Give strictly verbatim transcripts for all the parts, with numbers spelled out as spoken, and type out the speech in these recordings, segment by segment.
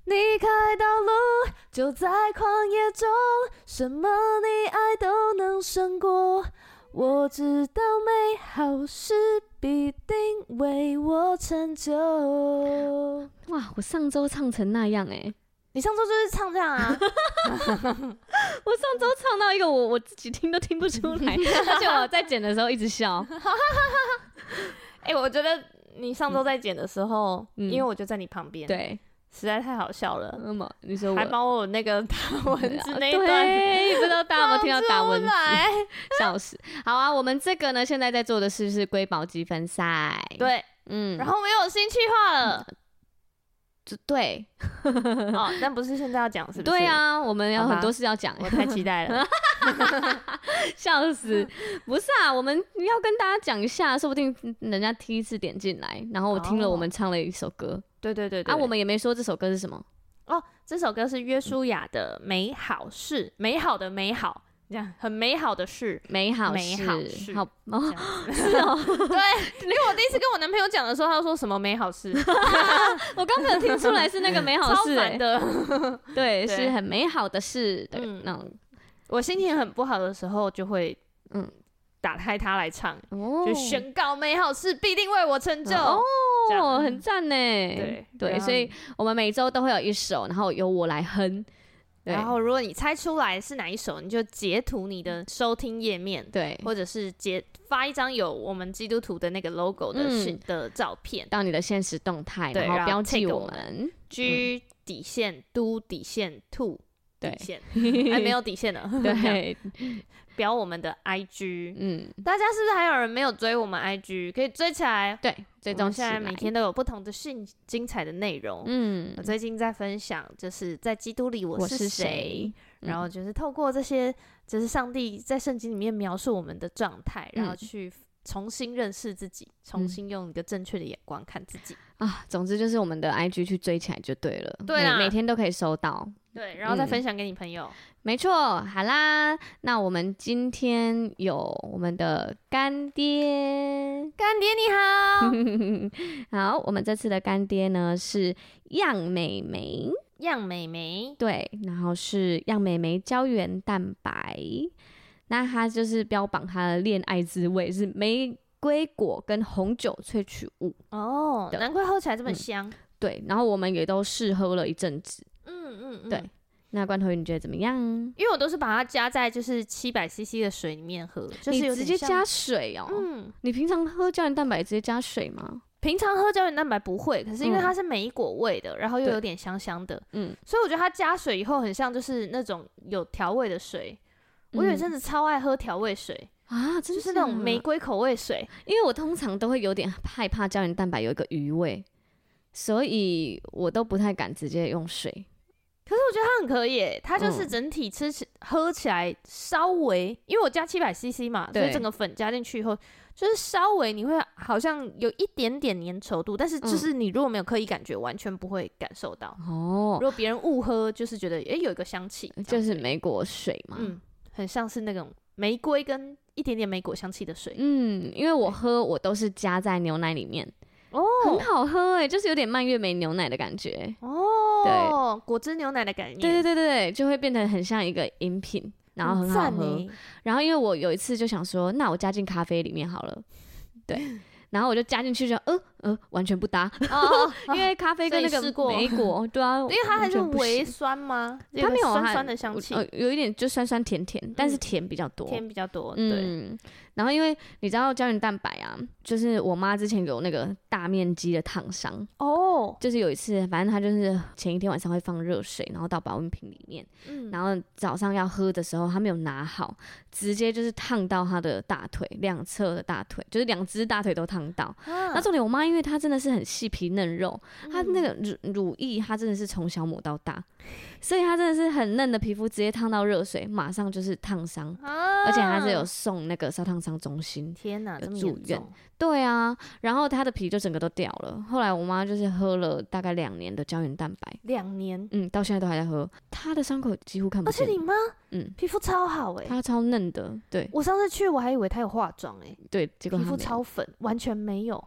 你开道路，就在旷野中，什么你爱都能胜过。我知道美好事必定为我成就。 哇，我上周唱成那样哎、欸！ 你上周就是唱这样啊？ 我上周唱到一个我我自己听都听不出来，而且我在剪的时候一直笑。 哎、欸，我觉得你上周在剪的时候，嗯、因为我就在你旁边， 对， 实在太好笑了。 嗯嘛，你说我还帮我那个打蚊子那一段， 对，不知道大家有没有听到打蚊子？笑死！好啊，我们这个呢，现在在做的是是瑰宝积分赛， 对， 嗯， 然后没有新计划了。嗯对， 哦，但不是现在要讲，是不是？ 对啊，我们有很多事要讲， 我太期待了， 笑死！不是啊，我们要跟大家讲一下，说不定人家第一次点进来，然后我听了我们唱了一首歌，哦、 对对对对， 啊，我们也没说这首歌是什么哦，这首歌是约书亚的《美好事》，美好的美好。这样很美好的事， 美好事， 美好事， 好哦，是哦， 对，因为我第一次跟我男朋友讲的时候，他说什么美好事， 我刚没有听出来是那个美好事、欸， 超烦的， 对，是很美好的事，对， 嗯、 那种我心情很不好的时候，就会嗯打开它来唱，哦、就宣告美好事必定为我成就， 哦，很赞呢， 对对，所以我们每周都会有一首，然后由我来哼。 然后，如果你猜出来是哪一首，你就截图你的收听页面， 对， 或者是截发一张有我们基督徒的那个 logo 的、嗯、的照片到你的现实动态，然后标记我们 G 底线都底线 two 底线，还没有底线的， 对， 标我们的 I G， 嗯，大家是不是还有人没有追我们 I G？ 可以追起来， 对，追踪起来， 现在每天都有不同的精精彩的内容。嗯，我最近在分享，就是在基督里我是谁，然后就是透过这些，就是上帝在圣经里面描述我们的状态，然后去重新认识自己，重新用一个正确的眼光看自己。 啊，总之就是我们的 I G 去追起来就对了， 对啊， 每天都可以收到。 对，然后再分享给你朋友。 嗯、没错，好啦，那我们今天有我们的干爹， 干爹你好，好，我们这次的干爹呢是样美眉， 样美眉， 对，然后是样美眉胶原蛋白，那它就是标榜它的恋爱滋味是玫瑰果跟红酒萃取物哦，难怪喝起来这么香、嗯。 对，然后我们也都试喝了一阵子。 嗯嗯嗯， 对，那罐头鱼你觉得怎么样？ 因为我都是把它加在就是七百 C C 的水里面喝，就是有你直接加水哦。嗯，你平常喝胶原蛋白直接加水吗？ 平常喝胶原蛋白不会，可是因为它是莓果味的，嗯、然后又有点香香的，嗯，所以我觉得它加水以后很像就是那种有调味的水。嗯、我有一阵子超爱喝调味水啊，真就是那种玫瑰口味水， 因为我通常都会有点害怕胶原蛋白有一个余味，所以我都不太敢直接用水。 可是我觉得它很可以，它就是整体吃起、嗯、喝起来稍微，因为我加七百 C C 嘛，所以整个粉加进去以后，就是稍微你会好像有一点点粘稠度，但是就是你如果没有刻意感觉，完全不会感受到。哦，如果别人误喝，就是觉得哎、欸、有一个香气， 就是莓果水嘛， 嗯，很像是那种玫瑰跟一点点莓果香气的水。 嗯，因为我喝我都是加在牛奶里面。哦，很好喝哎，就是有点蔓越莓牛奶的感觉哦，对，果汁牛奶的概念， 对对对对，就会变得很像一个饮品，然后很好喝。然后因为我有一次就想说，那我加进咖啡里面好了，对，然后我就加进去就呃呃完全不搭，哦、因为咖啡跟那个莓果，对啊， 因为它还是微酸吗？ 它没有酸酸的香气， 呃，有一点就酸酸甜甜，但是甜比较多， 甜比较多，对。 嗯然后因为你知道胶原蛋白啊，就是我妈之前有那个大面积的烫伤哦，就是有一次，反正她就是前一天晚上会放热水，然后到保温瓶里面，嗯，然后早上要喝的时候，她没有拿好，直接就是烫到她的大腿两侧的大腿，就是两只大腿都烫到。那、啊、重点，我妈因为她真的是很细皮嫩肉，她那个乳乳液她真的是从小抹到大，所以她真的是很嫩的皮肤，直接烫到热水，马上就是烫伤，啊、而且还是有送那个烧烫伤中心， 天哪， 有住院。对啊，然后她的皮就整个都掉了。后来我妈就是喝了大概两年的胶原蛋白， 两年， 嗯，到现在都还在喝。她的伤口几乎看不见。 而且你妈，嗯，皮肤超好哎、欸， 她超嫩的。对， 我上次去我还以为她有化妆哎、欸， 对，结果皮肤超粉，完全没有。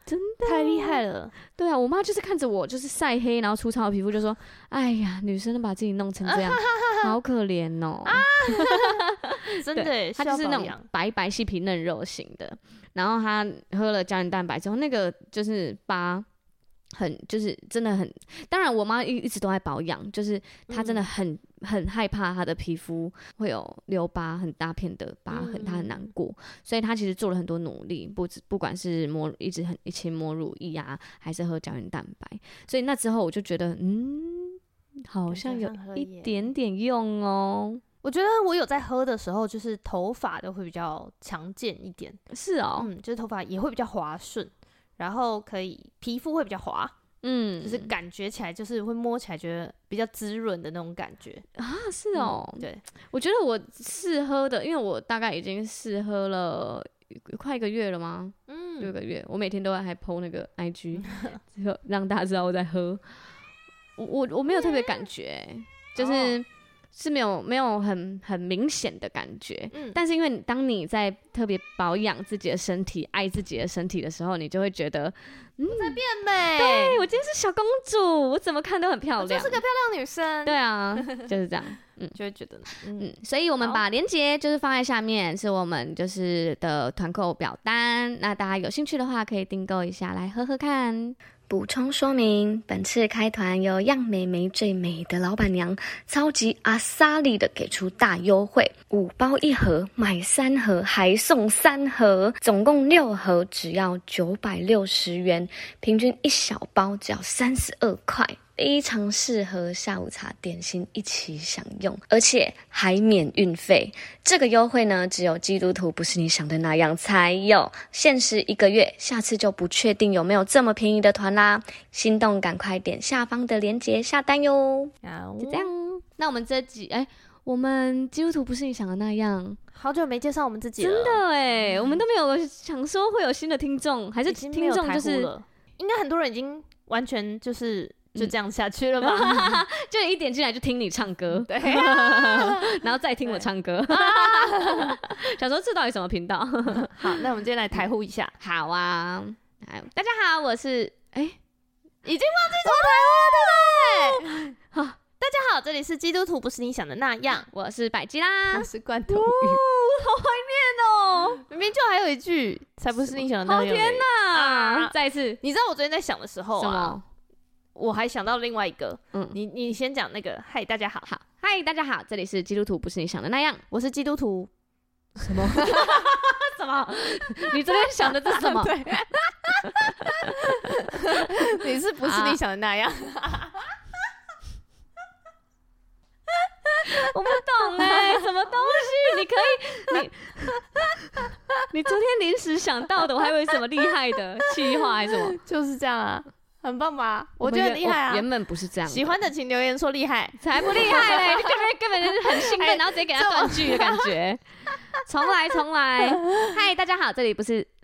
真的太厉害了。 对啊，我妈就是看着我就是晒黑然后粗糙的皮肤就说，哎呀，女生都把自己弄成这样好可怜哦、啊、 真的耶， 她就是那种白白细皮嫩肉型的，然后她喝了胶原蛋白之后那个就是疤很就是真的很，当然我妈一一直都在保养，就是她真的很、嗯、很害怕她的皮肤会有留疤，很大片的疤痕，嗯、她很难过，所以她其实做了很多努力，不不管是抹一直很一起抹乳液啊，还是喝胶原蛋白，所以那之后我就觉得嗯，好像有一点点用哦。 我觉得我有在喝的时候，就是头发都会比较强健一点。 是哦， 嗯，就是头发也会比较滑顺。然后可以皮肤会比较滑，嗯，就是感觉起来就是会摸起来觉得比较滋润的那种感觉啊，是哦、 嗯，对， 我觉得我试喝的，因为我大概已经试喝了快一个月了吗？嗯，六个月，我每天都还 po 那个 I G， 让大家知道我在喝，我我我没有特别感觉，就是。哦是没有没有很很明显的感觉、嗯，但是因为当你在特别保养自己的身体、爱自己的身体的时候，你就会觉得， 嗯，在变美。 对，我今天是小公主，我怎么看都很漂亮，我就是个漂亮女生。 对啊，就是这样，嗯， 就会觉得，嗯， 嗯所以我们把链接就是放在下面，是我们就是的团购表单，那大家有兴趣的话可以订购一下来喝喝看。补充说明，本次开团由样美眉最美的老板娘超级阿萨利的给出大优惠，五包一盒，买三盒还送三盒，总共六盒只要九百六十元，平均一小包只要三十二块。非常适合下午茶点心一起享用，而且还免运费。这个优惠呢，只有基督徒不是你想的那样才有，限时一个月，下次就不确定有没有这么便宜的团啦。心动赶快点下方的链接下单哟。就这样，那我们这集哎，我们基督徒不是你想的那样， 好久没介绍我们自己了， 真的哎、嗯，我们都没有想说会有新的听众，还是听众就是应该很多人已经完全就是。就这样下去了吧、 嗯、就一点进来就听你唱歌， 对、啊， 然后再听我唱歌，想说这到底什么频道？ 好，那我们今天来台呼一下。 好啊，大家好，我是哎、欸， 已经忘记怎么台呼了，对不对？好，大家好，这里是基督徒不是你想的那样， 我是百基啦， 我是罐头鱼， 好怀念哦， 明明就还有一句才不是你想的那样。 好天哪、啊！再一次， 你知道我昨天在想的时候啊， 什么？ 我还想到另外一个，嗯，你你先讲那个，嗨，大家好， 好，嗨，大家好，这里是基督徒不是你想的那样， 我是基督徒， 什么？什么？你昨天想的这是什么？ 对，你是不是你想的那样？ 我不懂哎、欸，什么东西？你可以，你你昨天临时想到的，我还以为什么厉害的企划还是什么？ 就是这样啊。很棒吧？我觉得很厉害啊！ 原本不是这样， 喜欢的请留言说厉害， 才不厉害嘞！根本根本就是很兴奋，然后直接给他断句的感觉。重来，重来！嗨，大家好，这里不是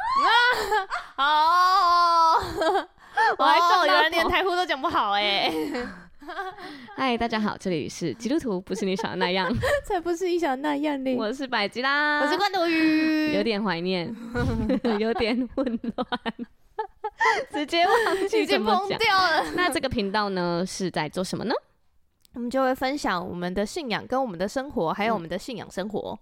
哦，我还撞，有人连台呼都讲不好哎。 嗨，大家好，这里是基督徒，不是你想的那样， 才不是你想的那样嘞！ 我是百吉啦， 我是罐头鱼， 有点怀念，有点混乱。直接忘记怎么讲，那这个频道呢是在做什么呢？ 我们就会分享我们的信仰跟我们的生活，还有我们的信仰生活。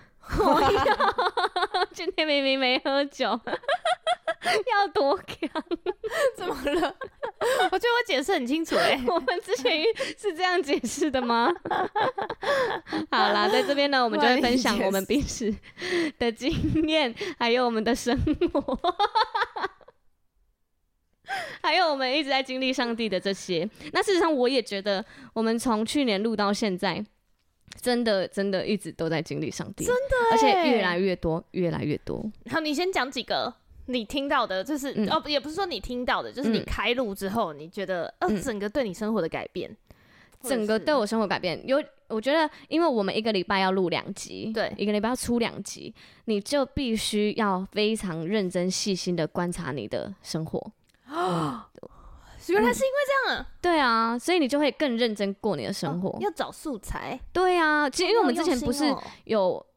嗯、今天明明没喝酒，要多强？ 怎么了？我觉得我解释很清楚哎、欸。 我们之前是这样解释的吗？好啦，在这边呢，我们就会分享我们彼此的经验，还有我们的生活。还有我们一直在经历上帝的这些，那事实上我也觉得，我们从去年录到现在，真的真的一直都在经历上帝， 真的， 而且越来越多，越来越多。 好，你先讲几个你听到的，就是、嗯、哦，也不是说你听到的，就是你开录之后，你觉得、嗯、呃，整个对你生活的改变， 整个对我生活改变有，我觉得，因为我们一个礼拜要录两集， 对， 一个礼拜要出两集，你就必须要非常认真细心的观察你的生活。 哦，原来是因为这样啊、嗯！ 对啊，所以你就会更认真过你的生活。哦、 要找素材。 对啊，其实因为我们之前不是有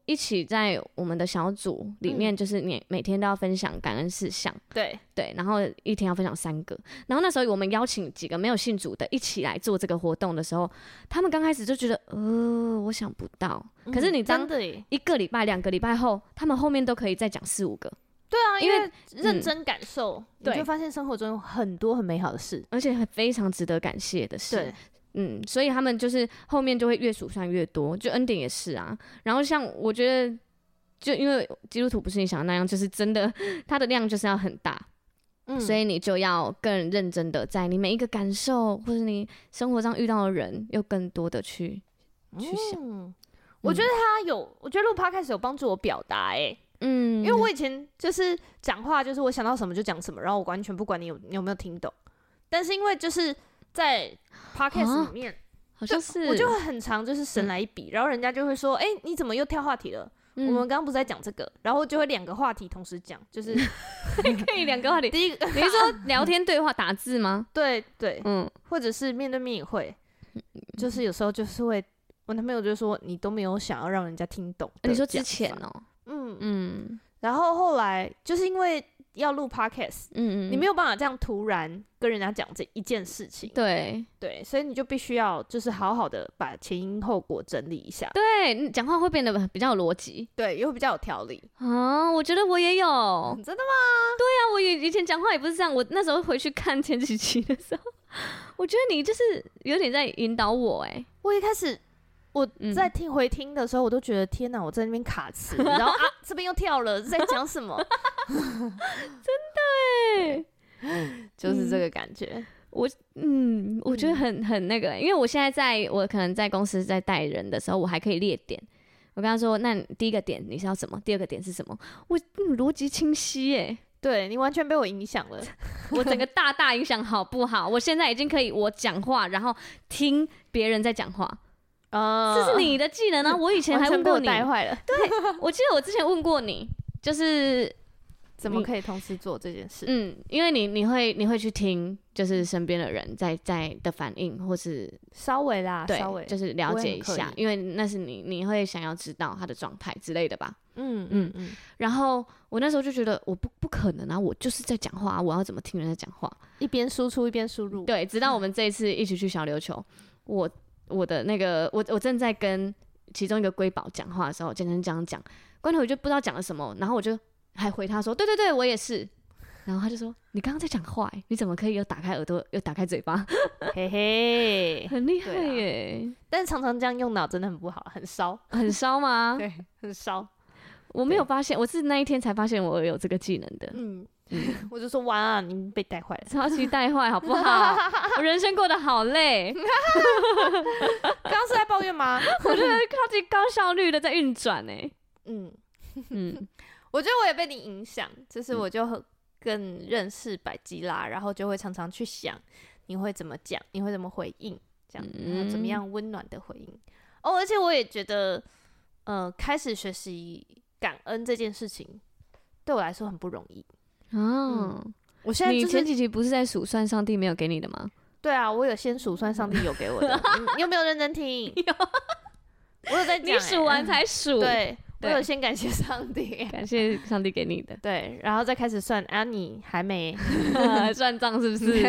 一起在我们的小组里面，就是你每天都要分享感恩事项， 对对，然后一天要分享三个。然后那时候我们邀请几个没有信主的一起来做这个活动的时候，他们刚开始就觉得，呃，我想不到。嗯、可是你当一个礼拜、两个礼拜后，他们后面都可以再讲四五个。 对啊，因为认真感受，嗯、你就发现生活中有很多很美好的事， 而且非常值得感谢的事。对，嗯，所以他们就是后面就会越数算越多，就恩典也是啊。然后像我觉得，就因为基督徒不是你想的那样，就是真的，它的量就是要很大，嗯，所以你就要更认真的在你每一个感受，或者你生活上遇到的人，又更多的去去想。 嗯，我觉得他有，我觉得录 podcast 有帮助我表达，哎。嗯，因为我以前就是讲话，就是我想到什么就讲什么，然后我完全不管你有你有没有听懂。但是因为就是在 podcast 里面，啊、 好像是我就会很常就是神来一笔，嗯、然后人家就会说：“哎、欸，你怎么又跳话题了？嗯、我们刚刚不是在讲这个？”然后就会两个话题同时讲，就是可以两个话题。 第一个， 你是说聊天对话打字吗？ 对对，嗯，或者是面对面也会，就是有时候就是会，我男朋友就说你都没有想要让人家听懂。 你说之前哦、喔。 嗯嗯，然后后来就是因为要录 podcast， 嗯嗯，你没有办法这样突然跟人家讲这一件事情， 对对，所以你就必须要就是好好的把前因后果整理一下， 对，你讲话会变得比较有逻辑， 对，又比较有条理啊。我觉得我也有， 嗯、真的吗？ 对啊，我以前讲话也不是这样，我那时候回去看前几期的时候，我觉得你就是有点在引导我，哎， 我一开始。我在听回听的时候，我都觉得天哪，我在那边卡词，然后啊这边又跳了，在讲什么？ 真的哎，就是这个感觉。 嗯、我嗯，我觉得很很那个，因为我现在在我可能在公司在带人的时候，我还可以列点。我跟他说，那第一个点你是要什么？第二个点是什么？我逻辑清晰耶。 对，你完全被我影响了， 我整个大大影响好不好？我现在已经可以我讲话，然后听别人在讲话。Uh, 这是你的技能啊！我以前还问过你， 带坏了。 对，我记得我之前问过你，就是怎么可以同时做这件事？ 嗯，因为你你会你会去听，就是身边的人在在的反应，或是稍微啦， 对， 稍微就是了解一下，因为那是你你会想要知道他的状态之类的吧？嗯嗯嗯。然后我那时候就觉得我不不可能啊，我就是在讲话，我要怎么听人家讲话？ 一边输出一边输入。 对，直到我们这一次一起去小琉球，我。我的那个，我我正在跟其中一个瑰宝讲话的时候，简单这样讲，关头我就不知道讲了什么，然后我就还回他说，对对对，我也是。然后他就说，你刚刚在讲话，你怎么可以又打开耳朵又打开嘴巴？ 嘿嘿， 很厉害耶！ 啊、但是常常这样用脑真的很不好，很烧， 很烧吗？ 对，很烧。 我没有发现，我是那一天才发现我有这个技能的。嗯。 嗯、我就说完啊，你被带坏了， 超级带坏，好不好？我人生过得好累。 刚刚是在抱怨吗？ 我觉得超级高效率的在运转哎。嗯嗯，我觉得我也被你影响，就是我就更认识百基拉，然后就会常常去想你会怎么讲，你会怎么回应，这样、嗯、然后怎么样温暖的回应。哦，而且我也觉得，呃，开始学习感恩这件事情，对我来说很不容易。哦、嗯，我现在、就是、 你前几集不是在数算上帝没有给你的吗？ 对啊，我有先数算上帝有给我的，你, 你有没有认真听？有，我有在讲、欸， 你数完才数。 对，我有先感谢上帝， 感谢上帝给你的， 对，然后再开始算啊，你还没算账是不是？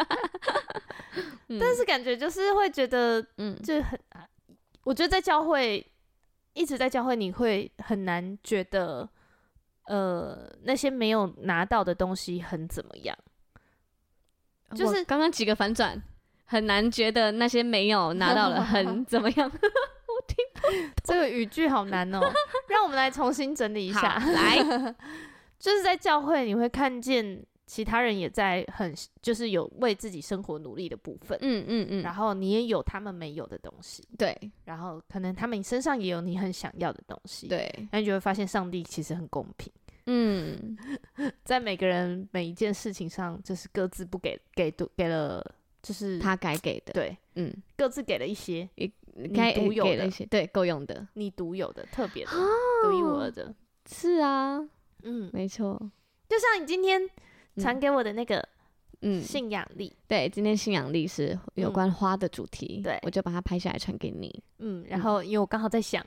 但是感觉就是会觉得，嗯，就很，我觉得在教会一直在教会，你会很难觉得。呃，那些没有拿到的东西很怎么样？ 就是刚刚几个反转，很难觉得那些没有拿到的很怎么样。我听不懂， 这个语句好难哦。让我们来重新整理一下。 来， 就是在教会你会看见其他人也在很就是有为自己生活努力的部分。嗯嗯嗯。然后你也有他们没有的东西。 对。 然后可能他们身上也有你很想要的东西。 对。 那你就会发现上帝其实很公平。嗯，在每个人每一件事情上，就是各自不给给给了，就是他该给的， 对，嗯，各自给了一些， 你独有的一些，对，够用的， 你独有的、特别的、独一无二的， 是啊，嗯，没错， 就像你今天传给我的那个，嗯，信仰力， 对，今天信仰力是有关花的主题， 对， 我就把它拍下来传给你， 嗯，然后因为我刚好在想。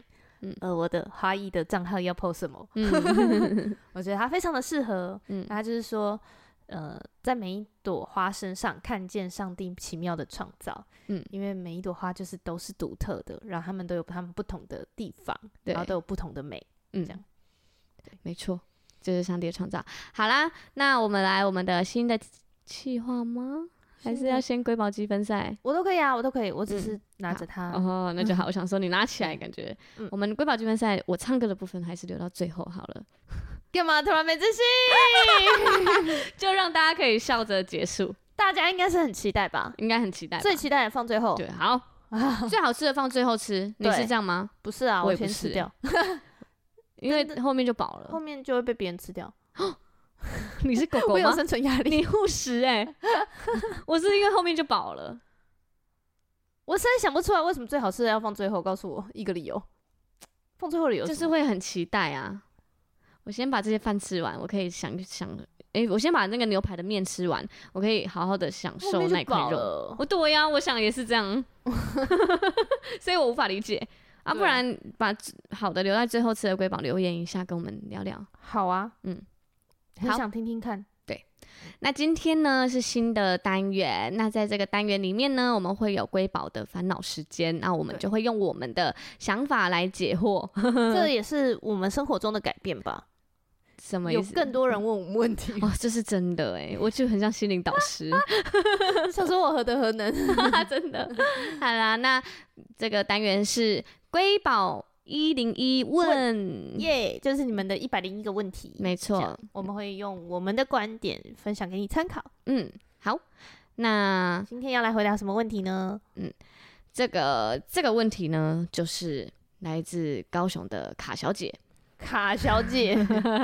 嗯、呃我的花艺的账号要 po 什么，嗯、我觉得它非常的适合，嗯，它就是说呃在每一朵花身上看见上帝奇妙的创造，嗯，因为每一朵花就是都是独特的，然后他们都有他们不同的地方，然后都有不同的美，嗯，这样， 对，没错，这是上帝的创造。好啦，那我们来我们的新的企划吗？还是要先瑰宝积分赛？ 我都可以啊，我都可以，我只是拿着它。 嗯、哦，那就好。我想说你拿起来，感觉、嗯、我们瑰宝积分赛，我唱歌的部分还是留到最后好了。 干嘛突然没自信？ 就让大家可以笑着结束。 大家应该是很期待吧？ 应该很期待吧。 最期待的放最后。 对，好。最好吃的放最后吃，你是这样吗？ 不是啊， 我也不是先吃掉， 因为后面就饱了， 后面就会被别人吃掉。 你是狗狗吗？ 我有生存压力。 你护食哎、欸，我是因为后面就饱了。 我实在想不出来为什么最好吃的要放最后，告诉我一个理由。放最后理由就是会很期待啊！我先把这些饭吃完，我可以想想，哎、欸，我先把那个牛排的面吃完，我可以好好的享受那块肉。我对呀，我想也是这样，所以我无法理解啊。不然把好的留在最后吃的瑰宝留言一下，跟我们聊聊。 好啊，嗯。很想听听看。 对，那今天呢是新的单元，那在这个单元里面呢，我们会有瑰宝的烦恼时间，那我们就会用我们的想法来解惑。 这也是我们生活中的改变吧？ 什么意思？ 有更多人问我们问题哦，这是真的哎，我就很像心灵导师， 想说我何德何能？ 真的。好啦，那这个单元是瑰宝一零一问耶， yeah, 就是你们的一百零一个问题， 没错， 我们会用我们的观点分享给你参考。 嗯，好，那今天要来回答什么问题呢？ 嗯，这个这个问题呢，就是来自高雄的卡小姐。 卡小姐，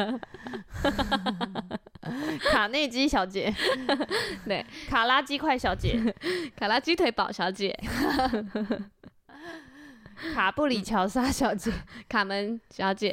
卡内基小姐， 对， 卡拉鸡块小姐， 卡拉鸡腿堡小姐。 卡布里乔莎小姐， 卡门小姐。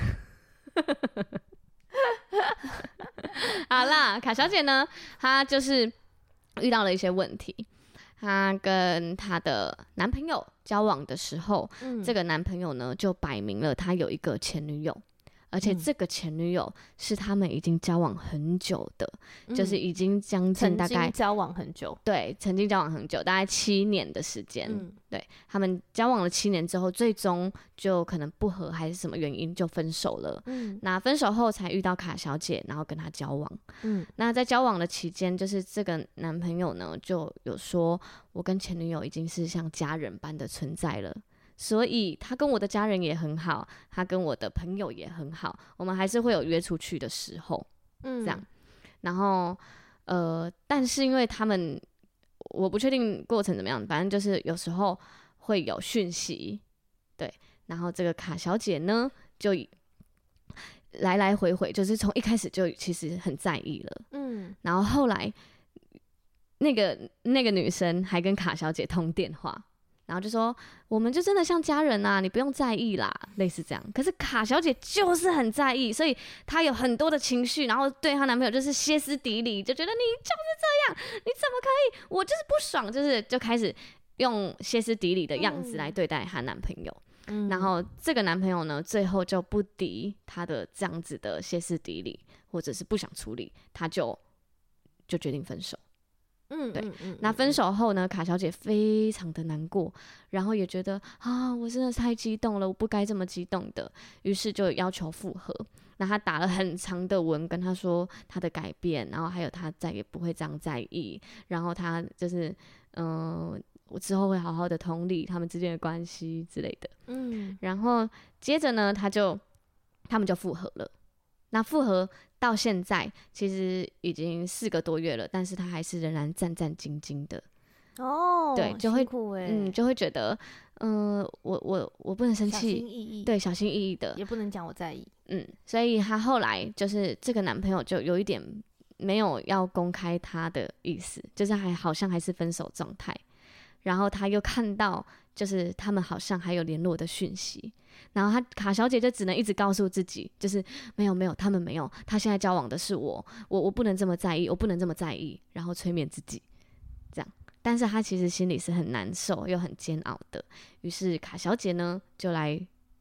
好啦，卡小姐呢，她就是遇到了一些问题。她跟她的男朋友交往的时候，嗯、这个男朋友呢就摆明了他有一个前女友。而且这个前女友是他们已经交往很久的，嗯、就是已经将近大概曾经交往很久， 对，曾经交往很久，大概七年的时间。嗯、对，他们交往了七年之后，最终就可能不合还是什么原因就分手了。嗯，那分手后才遇到卡小姐，然后跟她交往。嗯，那在交往的期间，就是这个男朋友呢就有说，我跟前女友已经是像家人般的存在了。所以他跟我的家人也很好，他跟我的朋友也很好，我们还是会有约出去的时候，嗯，这样。然后，呃，但是因为他们，我不确定过程怎么样，反正就是有时候会有讯息，对。然后这个卡小姐呢，就来来回回，就是从一开始就其实很在意了，嗯。然后后来，那个那个女生还跟卡小姐通电话。然后就说，我们就真的像家人啊，你不用在意啦，类似这样。可是卡小姐就是很在意，所以她有很多的情绪，然后对她男朋友就是歇斯底里，就觉得你就是这样，你怎么可以？我就是不爽，就是就开始用歇斯底里的样子来对待她男朋友。嗯、然后这个男朋友呢，最后就不敌她的这样子的歇斯底里，或者是不想处理，他就就决定分手。嗯，对，嗯嗯、那分手后呢，卡小姐非常的难过，然后也觉得啊，我真的太激动了，我不该这么激动的，于是就要求复合。那她打了很长的文跟他说她的改变，然后还有她再也不会这样在意，然后她就是嗯、呃，我之后会好好的同理他们之间的关系之类的。嗯，然后接着呢，他就他们就复合了。那复合到现在其实已经四个多月了，但是他还是仍然战战兢兢的。哦，对，就会嗯，就会觉得，嗯、呃，我我我不能生气， 小心翼翼， 对，小心翼翼的， 也不能讲我在意。 嗯，所以他后来就是这个男朋友就有一点没有要公开他的意思，就是还好像还是分手状态。然后他又看到，就是他们好像还有联络的讯息，然后他卡小姐就只能一直告诉自己，就是没有没有，他们没有，他现在交往的是我，我我不能这么在意，我不能这么在意，然后催眠自己，这样。但是他其实心里是很难受又很煎熬的，于是卡小姐呢就来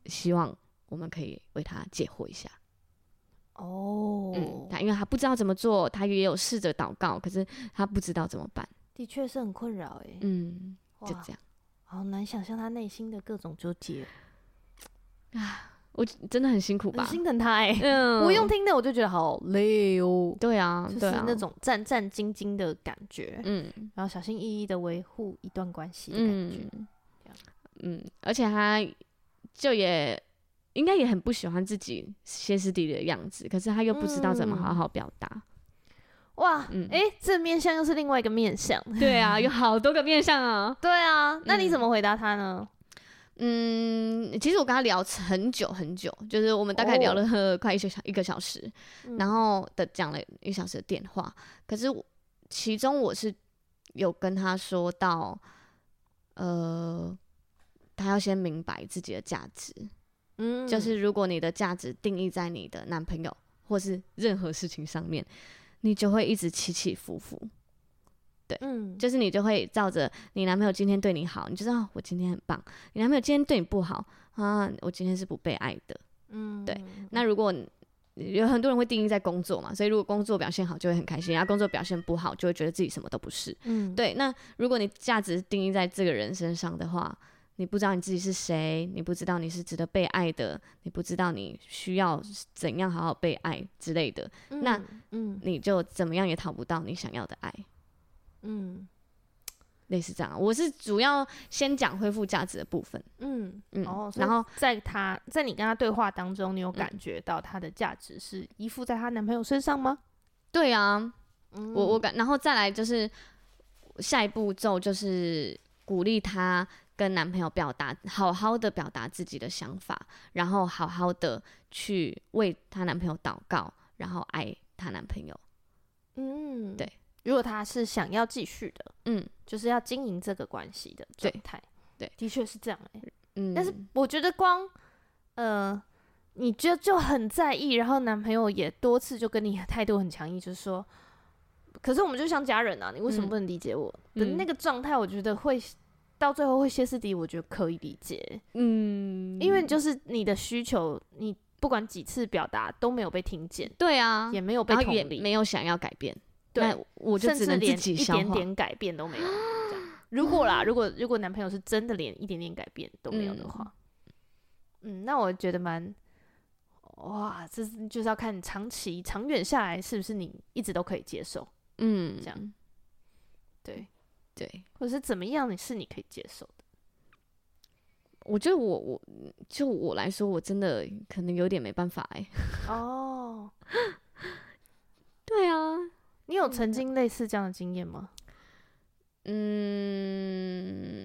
希望我们可以为他解惑一下。 哦， 嗯，他因为他不知道怎么做，他也有试着祷告，可是他不知道怎么办。 的确是很困扰哎。 嗯，就这样， 好难想象他内心的各种纠结啊。我真的很辛苦吧， 很心疼他哎、欸。嗯，我用听的我就觉得好累哦。 对啊， 就是那种战战兢兢的感觉， 嗯， 然后小心翼翼的维护一段关系的感觉， 嗯，嗯，而且他就也应该也很不喜欢自己歇斯底里的样子，可是他又不知道怎么好好表达。嗯、 哇，哎、嗯欸，这面向又是另外一个面向。 对啊，有好多个面向啊。 对啊，那你怎么回答他呢？ 嗯，其实我跟他聊很久很久，就是我们大概聊了快一个小一个小时，哦、然后的讲了一个小时的电话。可是我其中我是有跟他说到，呃，他要先明白自己的价值。嗯，就是如果你的价值定义在你的男朋友或是任何事情上面，你就会一直起起伏伏。对，嗯，就是你就会照着你男朋友今天对你好，你就知道我今天很棒；你男朋友今天对你不好啊，我今天是不被爱的。嗯，对。那如果有很多人会定义在工作嘛，所以如果工作表现好就会很开心，然后工作表现不好就会觉得自己什么都不是。嗯，对。那如果你价值定义在这个人身上的话，你不知道你自己是谁，你不知道你是值得被爱的，你不知道你需要怎样好好被爱之类的，嗯、那嗯，你就怎么样也讨不到你想要的爱。嗯，类似这样。我是主要先讲恢复价值的部分。嗯嗯，哦，然后在他在你跟他对话当中，你有感觉到他的价值是依附在他男朋友身上吗？ 对啊，嗯、我我感，然后再来就是下一步骤就是鼓励他跟男朋友表达，好好的表达自己的想法，然后好好的去为他男朋友祷告，然后爱他男朋友。嗯，对。 如果他是想要继续的，嗯，就是要经营这个关系的状态， 对， 的确是这样哎、欸，嗯，但是我觉得光，呃，你就就很在意，然后男朋友也多次就跟你态度很强硬，就是说，可是我们就像家人啊，你为什么不能理解我、嗯、的那个状态？我觉得会到最后会歇斯底里，我觉得可以理解，嗯，因为就是你的需求，你不管几次表达都没有被听见， 对啊， 也没有被同理， 也没有想要改变。 对， 我就只能自己消化， 甚至连一点点改变都没有。这样如果啦，如果如果男朋友是真的连一点点改变都没有的话，嗯，嗯那我觉得蛮，哇，这就是要看长期、长远下来是不是你一直都可以接受，嗯，这样，对对， 或者是怎么样你是你可以接受的。 我觉得我我就我来说，我真的可能有点没办法哎、欸。哦，对啊。 你有曾经类似这样的经验吗？ 嗯，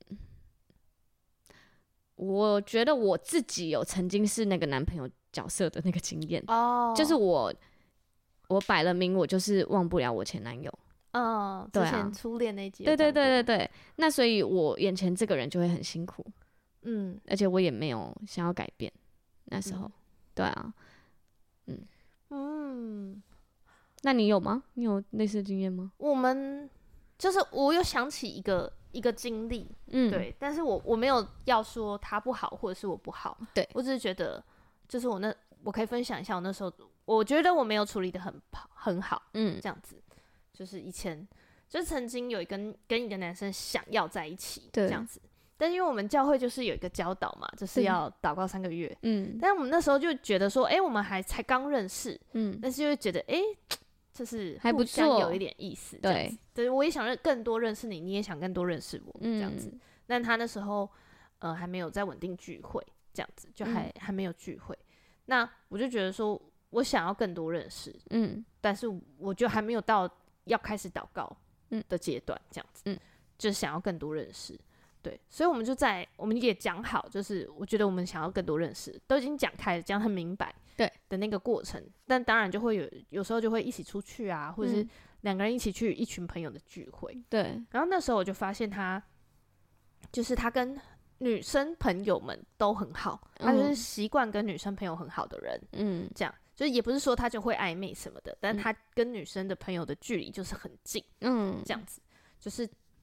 我觉得我自己有曾经是那个男朋友角色的那个经验哦，就是我我摆了明，我就是忘不了我前男友。 哦，之前初恋那集， 对对对对对，那所以我眼前这个人就会很辛苦，嗯，而且我也没有想要改变，那时候，嗯、对啊，嗯嗯。那你有吗？你有类似的经验吗？ 我们就是我有想起一个一个经历，嗯，对，但是我我没有要说他不好或者是我不好， 对我只是觉得，就是我那我可以分享一下我那时候，我觉得我没有处理的很很好，嗯，这样子，就是以前就是曾经有一个跟一个男生想要在一起，这样子。但是因为我们教会就是有一个教导嘛，就是要祷告三个月，嗯，但是我们那时候就觉得说，哎、欸，我们还才刚认识，嗯，但是就会觉得，哎、欸。就是互相有一点意思，这样子。对，我也想认更多认识你，你也想更多认识我，这样子。嗯、但他那时候，呃，还没有在稳定聚会，这样子，就还、嗯、还没有聚会。那我就觉得说，我想要更多认识，嗯，但是我就还没有到要开始祷告的阶段，这样子，嗯，就是想要更多认识。对，所以我们就在，我们也讲好，就是我觉得我们想要更多认识，都已经讲开了，讲很明白。 对的那个过程，但当然就会有，有时候就会一起出去啊，或者是两个人一起去一群朋友的聚会。 对， 然后那时候我就发现他，就是他跟女生朋友们都很好，嗯、他就是习惯跟女生朋友很好的人。嗯，这样就是也不是说他就会暧昧什么的，但他跟女生的朋友的距离就是很近。嗯，这样子就是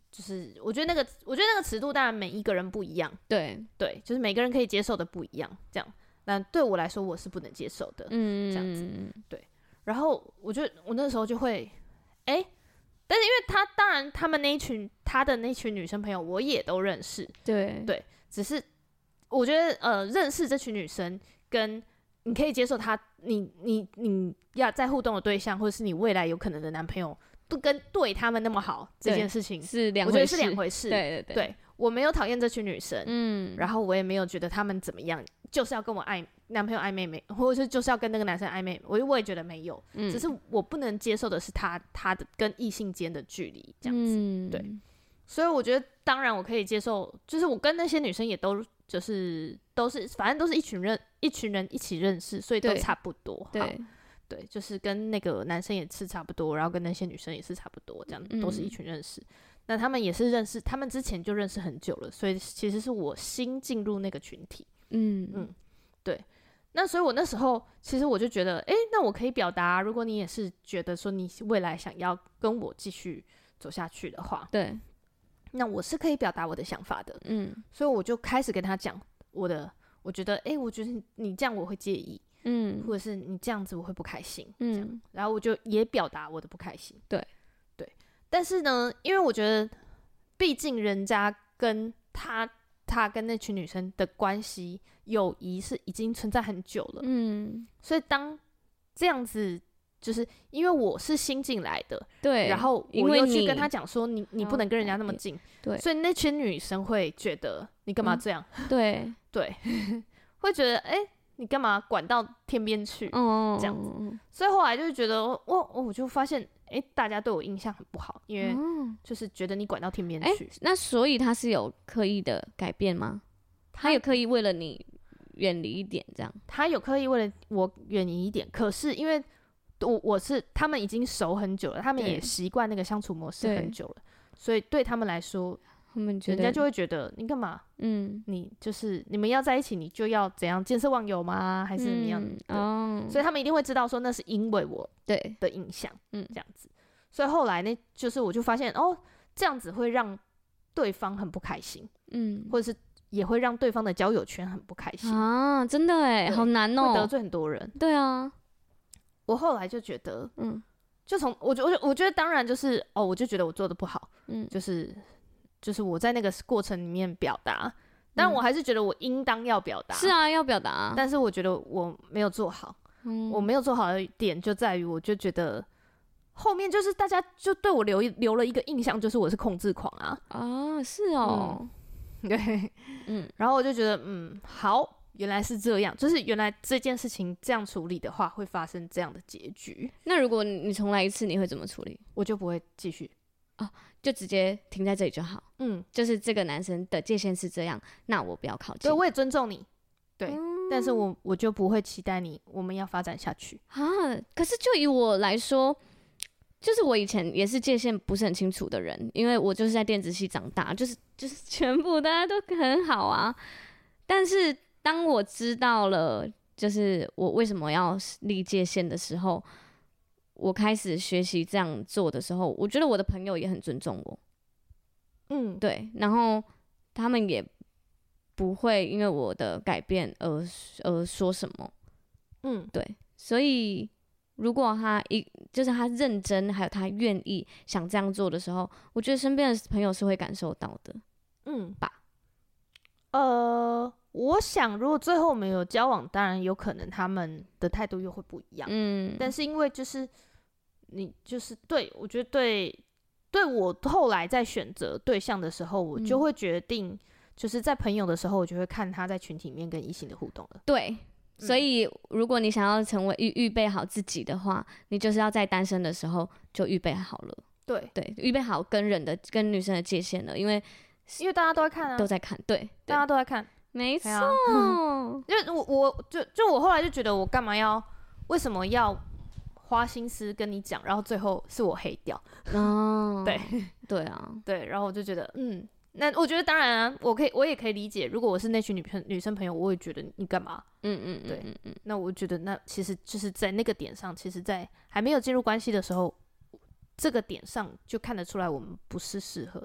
就是我觉得那个，我觉得那个尺度当然每一个人不一样， 对对，就是每个人可以接受的不一样，这样。那对我来说，我是不能接受的， 嗯， 这样子，对。然后我就我那时候就会，哎、欸，但是因为他当然他们那一群他的那群女生朋友我也都认识， 对对，只是我觉得呃认识这群女生跟你可以接受他，你你你要在互动的对象，或者是你未来有可能的男朋友，都跟对他们那么好这件事情是两回事， 我觉得是两回事。 对对对， 对我没有讨厌这群女生， 嗯， 然后我也没有觉得他们怎么样，就是要跟我暧男朋友暧昧没，或者是就是要跟那个男生暧昧，我我也觉得没有，嗯，只是我不能接受的是他他的跟异性间的距离这样子，嗯，对，所以我觉得当然我可以接受，就是我跟那些女生也都就是都是反正都是一群人一群人一起认识，所以都差不多， 对对，就是跟那个男生也是差不多，然后跟那些女生也是差不多，这样、嗯、都是一群认识。那他们也是认识，他们之前就认识很久了，所以其实是我新进入那个群体。嗯嗯，对。那所以我那时候其实我就觉得，哎、欸，那我可以表达，如果你也是觉得说你未来想要跟我继续走下去的话， 对， 那我是可以表达我的想法的。嗯，所以我就开始跟他讲我的，我觉得，哎、欸，我觉得你这样我会介意。嗯，或者是你这样子我会不开心，嗯，这样，然后我就也表达我的不开心， 对， 对，但是呢，因为我觉得，毕竟人家跟他他跟那群女生的关系友谊是已经存在很久了，嗯，所以当这样子，就是因为我是新进来的， 对， 然后我又去跟他讲说你你不能跟人家那么近， 对， 所以那群女生会觉得你干嘛这样， 嗯、对对，会觉得哎。欸你干嘛管到天边去？嗯，这样子，所以后来就觉得，我我我就发现，哎、欸，大家对我印象很不好，因为就是觉得你管到天边去、 欸。那所以他是有刻意的改变吗？他有刻意为了你远离一点，这样？ 他有刻意为了我远离一点，可是因为我我是他们已经熟很久了，他们也习惯那个相处模式很久了，所以对他们来说。 他们觉得人家就会觉得你干嘛？嗯，你就是你们要在一起，你就要怎样见色忘友吗？还是怎么样、嗯？哦，所以他们一定会知道说那是因为我对的影响，嗯，这样子。所以后来呢，就是我就发现哦，这样子会让对方很不开心，嗯，或者是也会让对方的交友圈很不开心啊，真的哎，好难哦， 会得罪很多人。 对啊， 我后来就觉得，嗯，就从我觉我我觉得当然就是哦，我就觉得我做的不好，嗯，就是。就是我在那个过程里面表达，但我还是觉得我应当要表达、嗯。 是啊，要表达、啊。 但是我觉得我没有做好，嗯、我没有做好的点就在于，我就觉得后面就是大家就对我留留了一个印象，就是我是控制狂啊。 啊，是哦， 嗯、对，嗯，然后我就觉得，嗯，好，原来是这样，就是原来这件事情这样处理的话，会发生这样的结局。 那如果你重来一次，你会怎么处理？ 我就不会继续。 哦，就直接停在这里就好。嗯，就是这个男生的界限是这样，那我不要靠近。 对，我也尊重你。对，嗯、但是我我就不会期待你，我们要发展下去啊。可是就以我来说，就是我以前也是界限不是很清楚的人，因为我就是在电子系长大，就是就是全部大家都很好啊。但是当我知道了，就是我为什么要立界限的时候。我开始学习这样做的时候，我觉得我的朋友也很尊重我，嗯，对，然后他们也不会因为我的改变而而说什么，嗯，对，所以如果他一就是他认真，还有他愿意想这样做的时候，我觉得身边的朋友是会感受到的，嗯吧， 呃。我想，如果最后我们有交往，当然有可能他们的态度又会不一样。嗯，但是因为就是你就是对我觉得对对我后来在选择对象的时候，我就会决定，就是在朋友的时候，我就会看他在群体里面跟异性的互动了。 对，所以如果你想要成为预预备好自己的话，你就是要在单身的时候就预备好了。 对对，预备好跟人的跟女生的界限了，因为因为大家都在看啊， 都在看，对， 大家都在看。 没错， 因为我我就就我后来就觉得我干嘛要为什么要花心思跟你讲，然后最后是我黑掉。哦，对对啊， 对，然后我就觉得嗯，那我觉得当然啊，我可以我也可以理解，如果我是那群女朋女生朋友，我也觉得你干嘛？嗯嗯对嗯嗯，那我觉得那其实就是在那个点上，其实在还没有进入关系的时候，这个点上就看得出来我们不是适合的。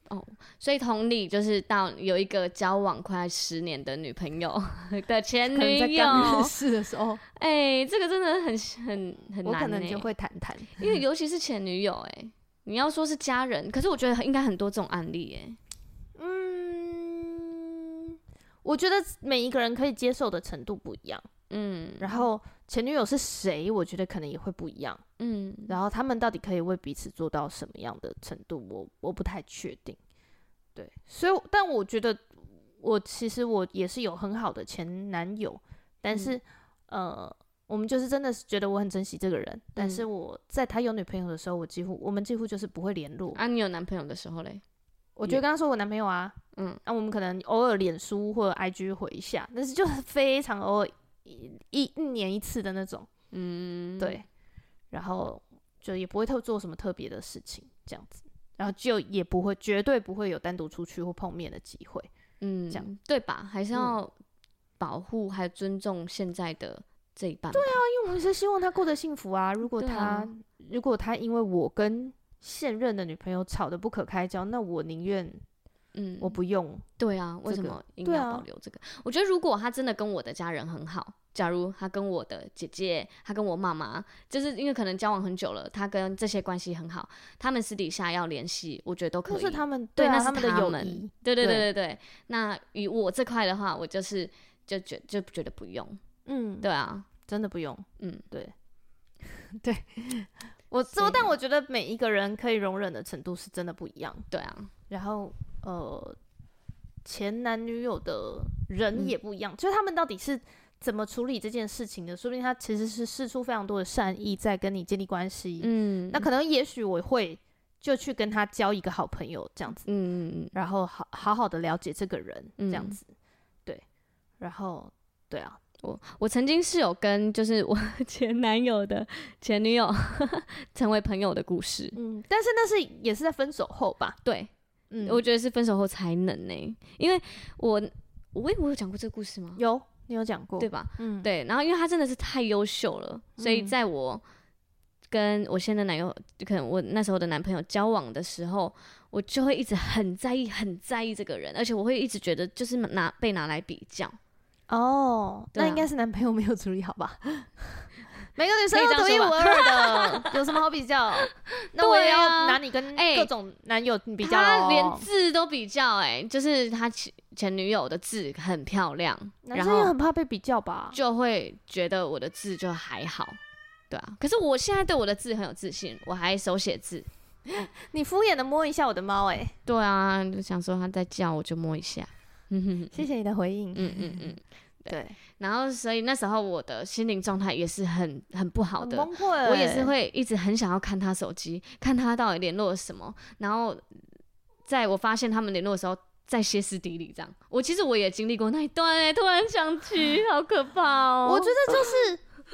哦，所以同理，就是到有一个交往快十年的女朋友的前女友， 在刚认识的时候， 哎、欸，这个真的很很很难、欸， 我可能就会谈谈， 因为尤其是前女友、欸，哎，你要说是家人，可是我觉得应该很多这种案例、欸，哎， 嗯，我觉得每一个人可以接受的程度不一样，嗯，然后前女友是谁，我觉得可能也会不一样，嗯，然后他们到底可以为彼此做到什么样的程度，我我不太确定，对，所以，但我觉得我其实我也是有很好的前男友，但是、嗯、呃，我们就是真的是觉得我很珍惜这个人，嗯、但是我在他有女朋友的时候，我几乎我们几乎就是不会联络。 啊，你有男朋友的时候嘞？ 我就跟他说我男朋友啊，嗯，那、啊、我们可能偶尔脸书或者 I G 回一下，但是就是非常偶尔一一一年一次的那种，嗯，对，然后就也不会特做什么特别的事情，这样子。然后就也不会，绝对不会有单独出去或碰面的机会，嗯，这样对吧？还是要保护还尊重现在的这一半。 对啊，因为我们是希望他过得幸福啊。如果他、啊、如果他因为我跟现任的女朋友吵得不可开交，那我宁愿，嗯，我不用、 这個。对啊，为什么一定要保留这个？啊、我觉得如果他真的跟我的家人很好。假如他跟我的姐姐，他跟我妈妈，就是因为可能交往很久了，他跟这些关系很好，他们私底下要联系，我觉得都可以。 那是他们， 对， 啊、 那是他们的友谊。 对对对对对。那与我这块的话，我就是就觉就觉得不用。嗯，对啊， 真的不用。嗯，对，对。我说，但我觉得每一个人可以容忍的程度是真的不一样。 对啊。 然后呃，前男女友的人也不一样，嗯、就是他们到底是。怎么处理这件事情的？说不定他其实是释出非常多的善意在跟你建立关系。嗯，那可能也许我会就去跟他交一个好朋友这样子。嗯嗯然后好好好的了解这个人、嗯、这样子。对，然后对啊， 我我曾经是有跟就是我前男友的前女友成为朋友的故事。 嗯，但是那是也是在分手后吧？ 对，嗯，我觉得是分手后才能呢、欸，因为我我我有讲过这个故事吗？ 有。你有讲过对吧？嗯，对。然后因为他真的是太优秀了，嗯、所以在我跟我现在的男友，可能我那时候的男朋友交往的时候，我就会一直很在意、很在意这个人，而且我会一直觉得就是拿被拿来比较。 哦，啊、那应该是男朋友没有处理好吧？每个女生都独一无二的，有什么好比较？那我也要拿你跟各种男友比较、哦欸、他连字都比较、欸，哎，就是他前女友的字很漂亮， 男生也很怕被比较吧？ 就会觉得我的字就还好，对啊。可是我现在对我的字很有自信，我还手写字。 你敷衍的摸一下我的猫、欸，哎， 对啊，就想说他在叫，我就摸一下。 谢谢你的回应。 嗯嗯嗯。 对， 然后所以那时候我的心灵状态也是很很不好的， 很崩溃欸。 我也是会一直很想要看他手机，看他到底联络了什么，然后在我发现他们联络的时候，再歇斯底里这样。我其实我也经历过那一段、欸，突然想起，好可怕哦。 我觉得就是，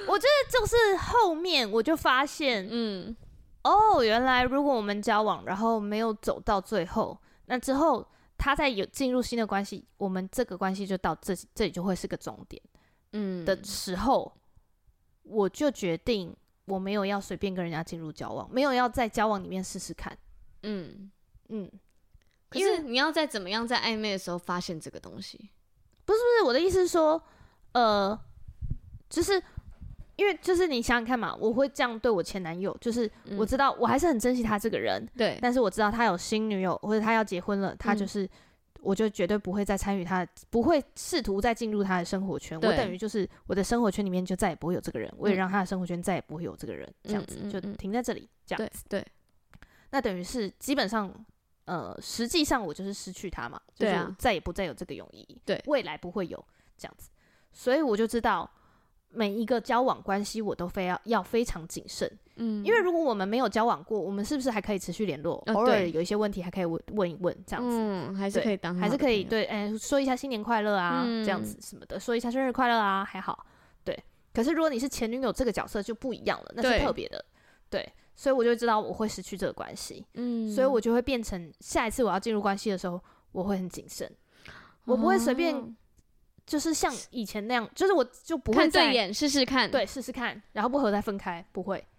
我觉得就是后面我就发现，嗯，哦，原来如果我们交往，然后没有走到最后，那之后。他在有进入新的关系，我们这个关系就到这这里就会是个终点，嗯的时候，我就决定我没有要随便跟人家进入交往，没有要在交往里面试试看，嗯嗯。可是你要在怎么样在暧昧的时候发现这个东西？ 不是不是，我的意思是说，呃，就是因为就是你想想看嘛，我会这样对我前男友，就是我知道我还是很珍惜他这个人， 对、嗯， 但是我知道他有新女友或者他要结婚了，他就是、嗯、我就绝对不会再参与他，不会试图再进入他的生活圈，我等于就是我的生活圈里面就再也不会有这个人，我也让他的生活圈再也不会有这个人，嗯、这样子就停在这里，这样子， 对，对那等于是基本上。呃，实际上我就是失去他嘛，就是我再也不再有这个友谊， 对， 未来不会有这样子，所以我就知道每一个交往关系我都非要要非常谨慎，嗯，因为如果我们没有交往过，我们是不是还可以持续联络？哦、偶尔有一些问题还可以问问一问，这样子， 嗯，还是可以当， 还是可以对，哎、欸，说一下新年快乐啊、嗯，这样子什么的，说一下生日快乐啊，还好，对。可是如果你是前女友这个角色就不一样了，那是特别的，对。所以我就知道我会失去这个关系，嗯，所以我就会变成下一次我要进入关系的时候，我会很谨慎，我不会随便，就是像以前那样，就是我就不会看对眼试试看， 对，试试看，然后不合再分开，不会，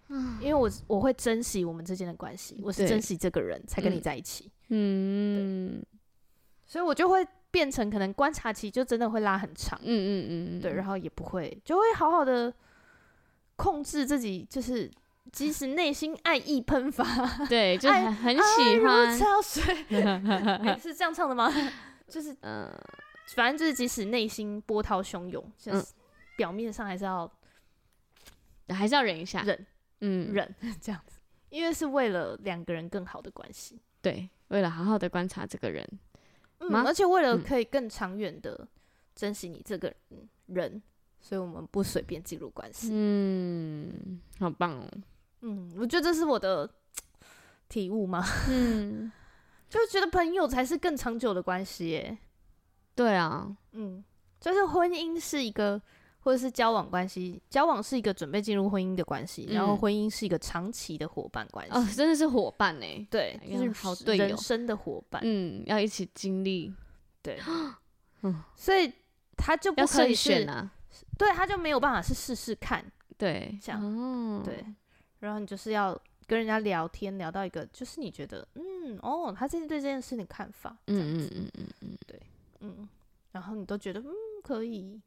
因为我我会珍惜我们之间的关系，我是珍惜这个人才跟你在一起。嗯，所以我就会变成可能观察期就真的会拉很长。嗯嗯嗯，对，然后也不会就会好好的控制自己，就是即使内心爱意喷发， 对，就很很喜欢。 爱如潮水、欸，是这样唱的吗？就是嗯、呃，反正就是即使内心波涛汹涌，就是表面上还是要、 嗯、还是要忍一下， 忍。嗯，忍这样子，因为是为了两个人更好的关系， 对，为了好好的观察这个人， 嗯，而且为了可以更长远的珍惜你这个人，所以我们不随便进入关系。 嗯，好棒哦。 嗯，我觉得这是我的体悟嘛。嗯，就觉得朋友才是更长久的关系耶。 对啊， 嗯，就是婚姻是一个。或者是交往关系，交往是一个准备进入婚姻的关系、嗯，然後婚姻是一个长期的伙伴关系。 哦，真的是伙伴哎， 对，就是好队友，人生的伙伴。嗯， 要一起经历。 对，嗯，所以他就不可以是，啊、对，他就没有办法是试试看。 对， 这样、哦，对。然后你就是要跟人家聊天，聊到一个，就是你觉得，嗯，哦，他最近对这件事的看法，嗯嗯嗯嗯嗯，对，嗯，然后你都觉得，嗯，可以。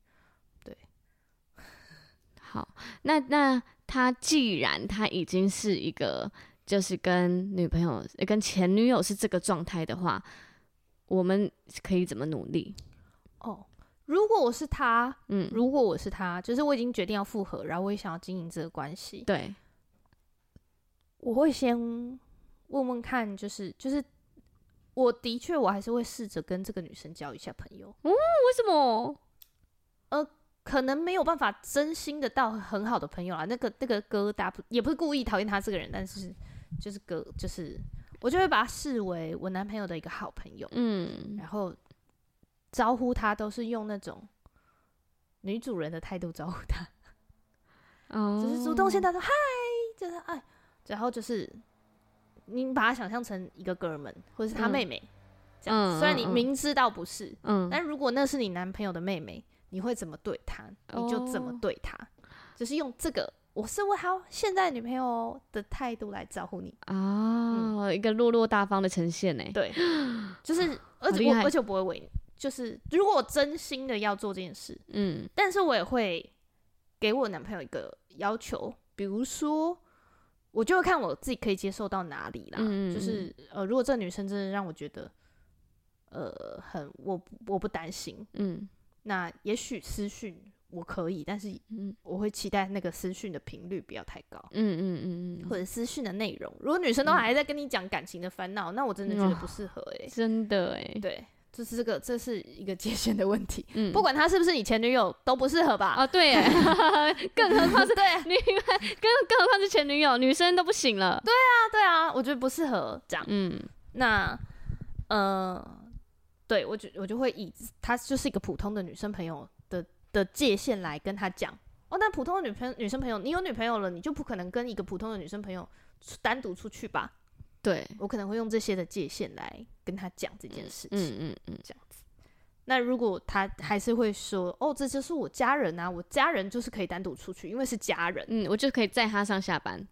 好，那那他既然他已经是一个，就是跟女朋友、跟前女友是这个状态的话，我们可以怎么努力？ 哦，如果我是他，嗯，如果我是他，就是我已经决定要复合，然后我也想要经营这个关系， 对， 我会先问问看，就是就是，我的确我还是会试着跟这个女生交一下朋友。 哦，为什么？ 呃。可能没有办法真心的到很好的朋友啦，那个那个疙瘩也不是故意讨厌他这个人，但是就是疙就是我就会把他视为我男朋友的一个好朋友，嗯，然后招呼他都是用那种女主人的态度招呼他，哦，就是主动先打说嗨，就是哎，然后就是你把他想象成一个哥们或者是他妹妹、嗯、这样、嗯，虽然你明知道不是，嗯，但如果那是你男朋友的妹妹。你会怎么对他，你就怎么对他，只、哦、是用这个我是为他现在女朋友的态度来招呼你啊、哦嗯，一个落落大方的呈现呢。 对，就是而且我而且我不会为，就是如果我真心的要做这件事，嗯，但是我也会给我男朋友一个要求，比如说我就会看我自己可以接受到哪里啦，嗯、就是呃，如果这个女生真的让我觉得呃很我我不担心，嗯。那也许私讯我可以，但是我会期待那个私讯的频率不要太高，嗯嗯嗯嗯，或者私讯的内容，如果女生都还在跟你讲感情的烦恼、嗯，那我真的觉得不适合哎、欸哦， 真的哎、欸， 对，就是这个，这是一个界限的问题，嗯，不管他是不是你前女友都不适合吧？ 哦，对哎，更何况是对女，更更何况是前女友，女生都不行了， 对啊对啊，我觉得不适合这样，嗯，那呃。对，我就我就会以她就是一个普通的女生朋友的的界限来跟她讲哦。那普通的女朋友女生朋友，你有女朋友了，你就不可能跟一个普通的女生朋友单独出去吧？ 对， 我可能会用这些的界限来跟她讲这件事情。嗯嗯嗯，这样子。那如果她还是会说哦，这就是我家人啊，我家人就是可以单独出去，因为是家人， 嗯，我就可以载她上下班。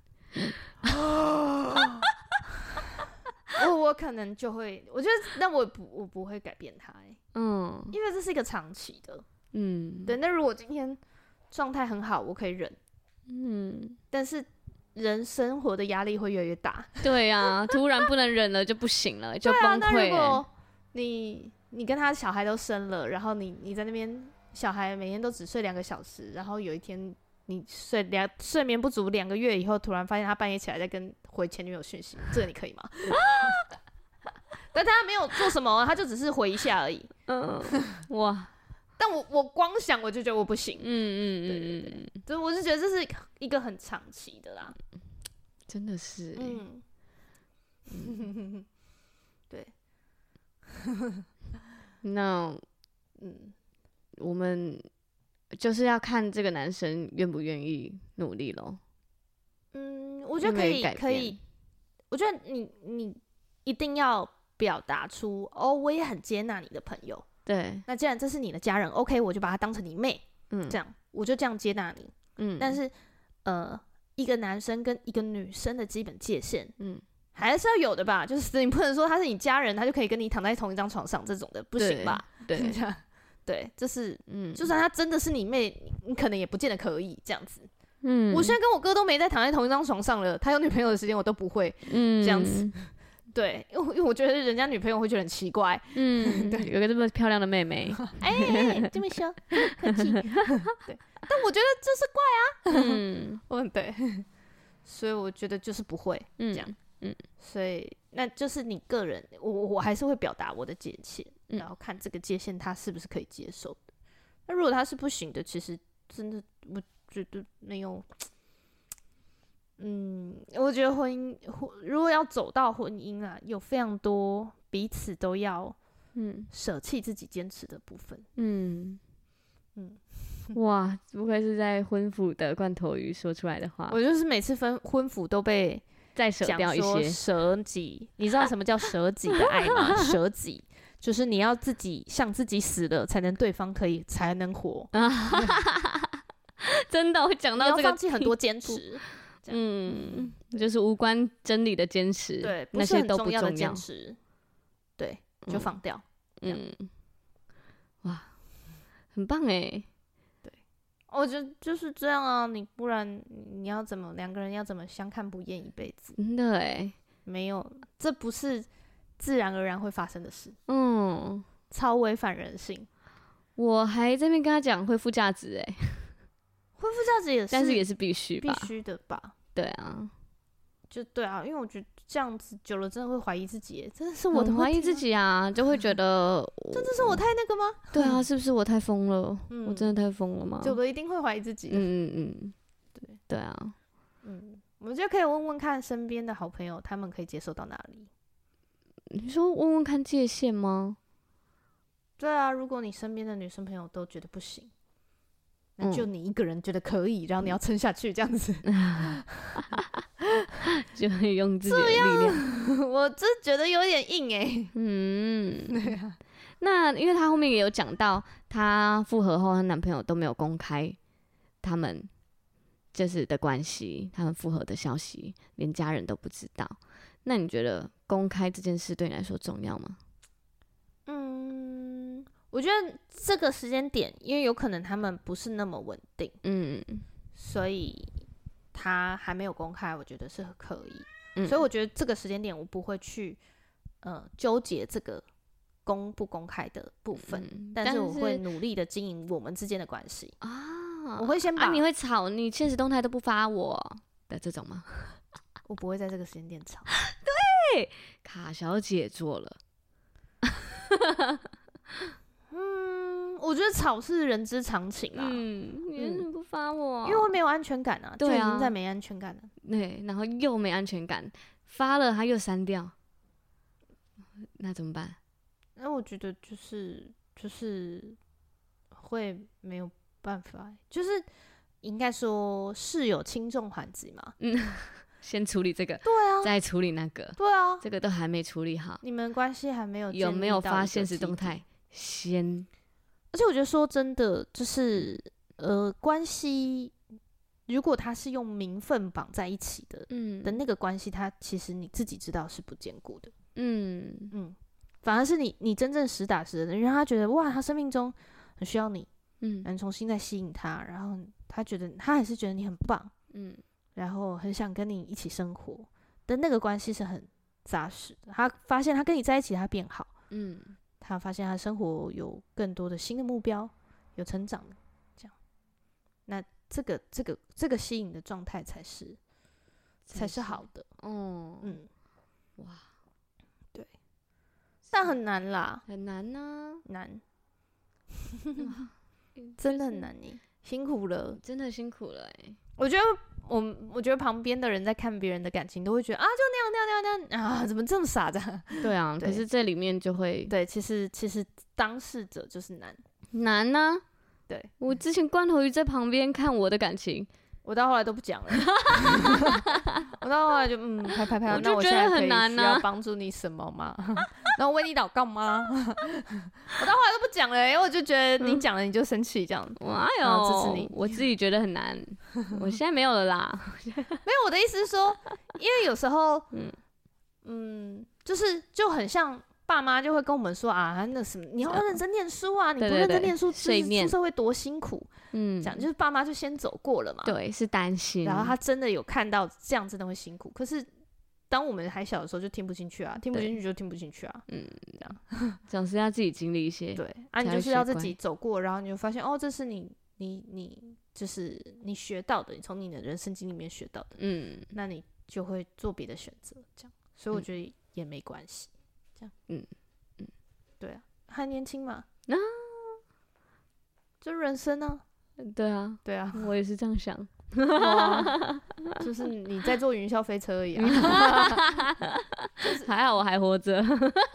我我可能就会，我觉得，那我不我不会改变他、欸，嗯，因为这是一个长期的，嗯，对。那如果今天状态很好，我可以忍，嗯，但是人生活的压力会越来越大， 对啊，突然不能忍了就不行了，就崩溃、欸。 那如果你你跟他小孩都生了，然后你你在那边小孩每天都只睡两个小时，然后有一天你睡两睡眠不足两个月以后，突然发现他半夜起来在跟回前女友讯息，这个你可以吗？但他没有做什么，他就只是回一下而已。嗯，哇！但我我光想我就觉得我不行。嗯嗯嗯嗯嗯，所以我是觉得这是一个很长期的啦。 真的是、欸。嗯。 嗯对。 那嗯，我们就是要看这个男生愿不愿意努力咯。 嗯，我觉得可以可以。我觉得你你一定要表达出哦，我也很接纳你的朋友。 对， 那既然这是你的家人 ，OK， 我就把他当成你妹，嗯，这样我就这样接纳你。嗯，但是呃， 一个男生跟一个女生的基本界限，嗯，还是要有的吧。就是你不能说他是你家人，他就可以跟你躺在同一张床上，这种的不行吧？对，对，对，就是，嗯，就算他真的是你妹，你可能也不见得可以这样子。嗯，我现在跟我哥都没在躺在同一张床上了，他有女朋友的时间我都不会，嗯，这样子。对，因为因为我觉得人家女朋友会觉得很奇怪，嗯，对， 有个这么漂亮的妹妹， 哎、欸，这么凶，客气，对，但我觉得这是怪啊，嗯，嗯，对，所以我觉得就是不会这样，嗯，所以那就是你个人，我我还是会表达我的界限，然后看这个界限他是不是可以接受的。那如果他是不行的，其实真的我觉得没有。嗯，我觉得婚姻，如果要走到婚姻啊，有非常多彼此都要，嗯，舍弃自己坚持的部分。嗯嗯，哇，不愧是在婚服的罐头鱼说出来的话。 我就是每次分婚服都被再舍掉一些， 舍己。你知道什么叫舍己的爱吗？舍己就是你要自己像自己死了，才能对方可以才能活。 真的，我讲到这个， 你要放弃很多坚持。 嗯，就是无关真理的坚持， 对， 不是很重要的坚持，对，就放掉。嗯， 哇，很棒哎。 对，我觉得就是这样啊，你不然你要怎么两个人要怎么相看不厌一辈子？ 真的哎， 没有，这不是自然而然会发生的事。嗯，超违反人性。 我还这边跟他讲恢复价值哎。 恢复价值也是， 但是也是必须必须的吧？ 对啊， 就对啊，因为我觉得这样子久了，真的会怀疑自己，真的是我的怀疑自己啊，就会觉得真的是我太那个吗？ 对啊，是不是我太疯了？嗯、我真的太疯了吗？ 久了一定会怀疑自己。 嗯嗯嗯，对对啊， 嗯，我觉得可以问问看身边的好朋友，他们可以接受到哪里？ 你说问问看界限吗？ 对啊，如果你身边的女生朋友都觉得不行。那就你一个人觉得可以，嗯、然后你要撑下去这样子， 就会用自己的力量。 我真觉得有点硬哎、欸。嗯， 对啊。那因为他后面也有讲到，她复合后，她男朋友都没有公开他们就是的关系，他们复合的消息，连家人都不知道。那你觉得公开这件事对你来说重要吗？ 嗯。我觉得这个时间点，因为有可能他们不是那么稳定，嗯，所以他还没有公开，我觉得是可以。嗯、所以我觉得这个时间点，我不会去呃纠结这个公不公开的部分，嗯、但是我会努力的经营我们之间的关系啊。我会先把、 啊、你会吵，你现实动态都不发我的这种吗？ 我不会在这个时间点吵。 对，卡小姐做了。 嗯，我觉得吵是人之常情啦。 嗯，你为什么不发我、啊？ 因为会没有安全感啊， 对啊， 就已经在没安全感了。 对，然后又没安全感，发了他又删掉，那怎么办？ 那我觉得就是就是会没有办法，就是应该说事有轻重缓急嘛。嗯， 先处理这个， 对啊， 再处理那个， 对啊， 这个都还没处理好， 你们关系还没有有没有发现实动态？先， 而且我觉得说真的，就是呃，关系如果它是用名分绑在一起的，嗯，的那个关系，它其实你自己知道是不坚固的，嗯嗯，反而是你你真正实打实的，你让他觉得哇，他生命中很需要你，嗯，然后重新再吸引他，然后他觉得他还是觉得你很棒，嗯，然后很想跟你一起生活的那个关系是很扎实的。他发现他跟你在一起，他变好，嗯。他发现他生活有更多的新的目标，有成长，这样，那这个这个这个吸引的状态才是才是好的。哦，嗯，哇，对，但很难啦， 很难啊， 难，真的很难耶，辛苦了， 真的辛苦了哎。 我觉得我我觉得旁边的人在看别人的感情，都会觉得啊，就那样那样那样那样啊，怎么这么傻的？ 对啊，对，可是这里面就会对，其实其实当事者就是难难呢、啊。 对， 我之前罐头鱼在旁边看我的感情， 我到后来都不讲了。我到后来就嗯拍拍拍，那我现在可以需要帮助你什么吗？那我为你祷告吗？我到后来都不讲了，因为我就觉得你讲了你就生气这样。 哇哟，支持你，我自己觉得很难。我现在没有了啦。 没有，我的意思是说，因为有时候，嗯嗯，就是就很像。爸妈就会跟我们说啊，那什么，你要认真念书啊，你不认真念书，就是出社会多辛苦。嗯，这样就是爸妈就先走过了嘛。 对，是担心。 然后他真的有看到这样真的会辛苦，可是当我们还小的时候就听不进去啊，听不进去就听不进去啊。嗯，这样总是要自己经历一些。 对啊，你就是要自己走过，然后你就发现哦，这是你你你就是你学到的，你从你的人生经历里面学到的。嗯，那你就会做别的选择，这样。所以我觉得也没关系。这样，嗯嗯，对啊，还年轻嘛，啊，就人生啊， 对啊， 对啊， 我也是这样想， 就是你在坐云霄飞车而已啊， 就是、还好我还活着，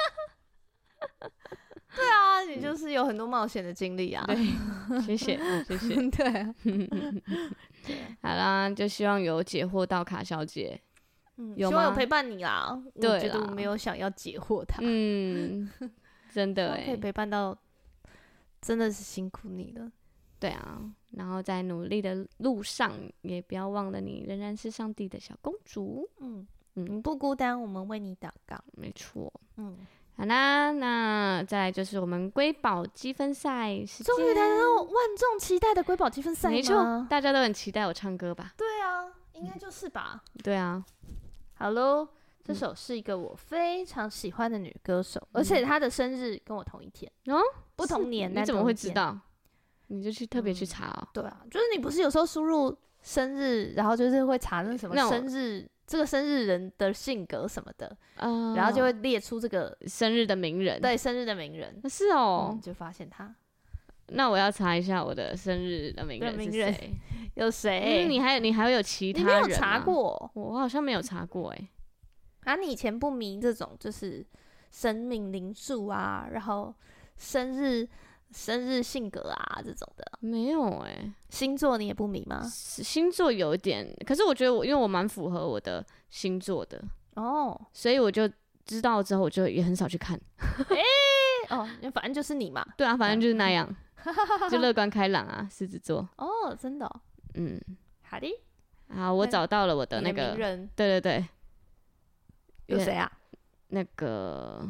对啊，你就是有很多冒险的经历啊， 对，谢谢谢谢， 对啊， 好啦，就希望有解惑到卡小姐。 嗯，希望有陪伴你啦。我觉得我没有想要解惑他。嗯， 真的哎， 可以陪伴到，真的是辛苦你了。 对啊，然后在努力的路上，也不要忘了你仍然是上帝的小公主。 嗯嗯，你不孤单，我们为你祷告。 没错。嗯，好啦，那再来就是我们瑰宝积分赛时间， 终于来到万众期待的瑰宝积分赛。 没错，大家都很期待我唱歌吧？ 对啊，应该就是吧。 对啊。 好喽，这首是一个我非常喜欢的女歌手，嗯、而且她的生日跟我同一天哦，不同年。 你怎么会知道？你就去特别去查哦、嗯。 对啊，就是你不是有时候输入生日，然后就是会查那什么生日，这个生日人的性格什么的，哦、然后就会列出这个生日的名人。 对，生日的名人是哦、 嗯，就发现他。 那我要查一下我的生日的名人是谁？ 有谁、 嗯？你还你还会有其他人吗？ 你没有查过？ 我好像没有查过哎、 欸。啊，你以前不迷这种就是生命灵数啊，然后生日生日性格啊这种的？ 没有哎、欸。 星座你也不迷吗？ 星座有一点，可是我觉得我因为我蛮符合我的星座的哦，所以我就知道之后我就也很少去看。 哎、欸，哦，反正就是你嘛。 对啊，反正就是那样。就乐观开朗啊，狮子座。 哦，真的、哦。嗯，好的。 好，我找到了我的那个。 名人。 对对对。 有谁啊？ 那个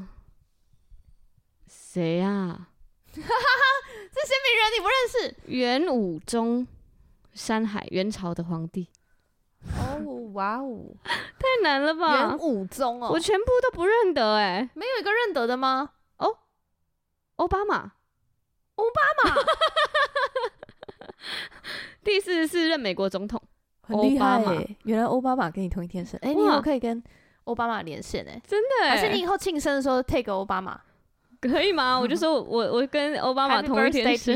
谁啊？ 这些名人你不认识？ 元武宗山海，元朝的皇帝。 哦，哇哦， 太难了吧？ 元武宗哦， 我全部都不认得哎、欸。 没有一个认得的吗？ 哦，奥巴马。 奥巴马第四十四任美国总统， 很厉害欸。原来奥巴马跟你同一天生，哎、欸，你以后可以跟奥巴马连线哎、欸， 真的哎、欸。 还是你以后庆生的时候 take 奥巴马， 可以吗？我就说我我跟奥巴马同一天生。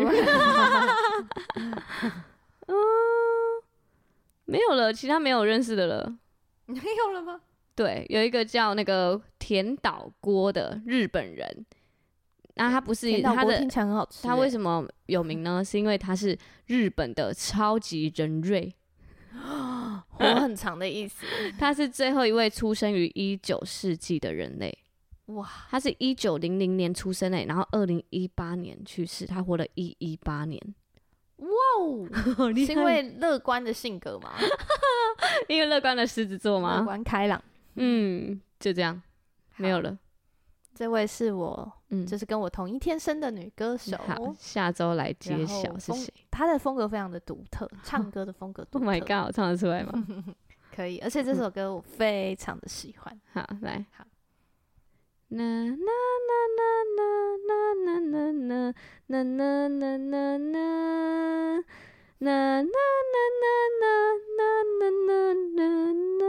嗯，没有了，其他没有认识的了。 没有了吗？ 对，有一个叫那个田岛锅的日本人。那他不是他的， 听起来很好吃。 他为什么有名呢？是因为他是日本的超级人瑞， 活很长的意思。 他是最后一位出生于一九世纪的人类。哇，他是一九零零年出生诶，然后二零一八年去世，他活了一一八年。 哇哦，是因为乐观的性格吗？ 因为乐观的狮子座吗？ 乐观开朗。 嗯，就这样，没有了。 这位是我，嗯，就是跟我同一天生的女歌手。 好，下周来揭晓是谁。 她的风格非常的独特，唱歌的风格独特。 Oh my god， 我唱得出来吗？ 可以，而且这首歌我非常的喜欢。 好，来，好。啦啦啦啦啦啦啦啦啦啦啦啦啦。啦啦啦啦啦啦啦啦啦。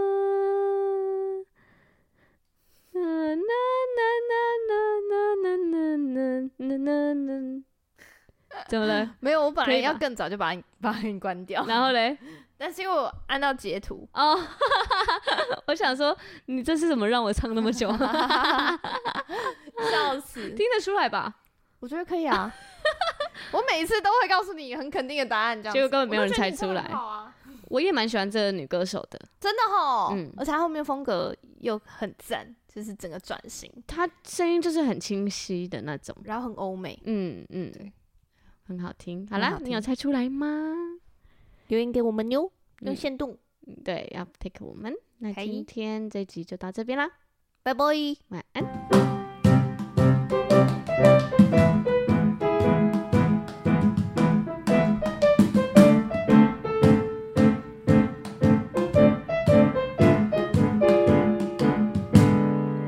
啦啦啦啦啦啦啦啦啦。怎么了？ 没有，我本来要更早就把你把你关掉。 然后嘞， 但是因为我按到截图哦，我想说你这是怎么让我唱那么久？ 笑死， 听得出来吧？ 我觉得可以啊。 我每次都会告诉你很肯定的答案，这样结果根本没有人猜出来。 啊、 我也蛮喜欢这个女歌手的， 真的齁，嗯，而且她后面风格又很赞，就是整个转型， 她声音就是很清晰的那种， 然后很欧美， 嗯嗯，对，很好听。好啦，你有猜出来吗？ 留言给我们哟，用限动、 嗯，对，要 take 我们。那今天这集就到这边啦， 拜拜， 晚安。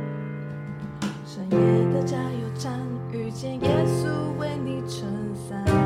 深夜的加油站，遇见耶稣为你撑伞。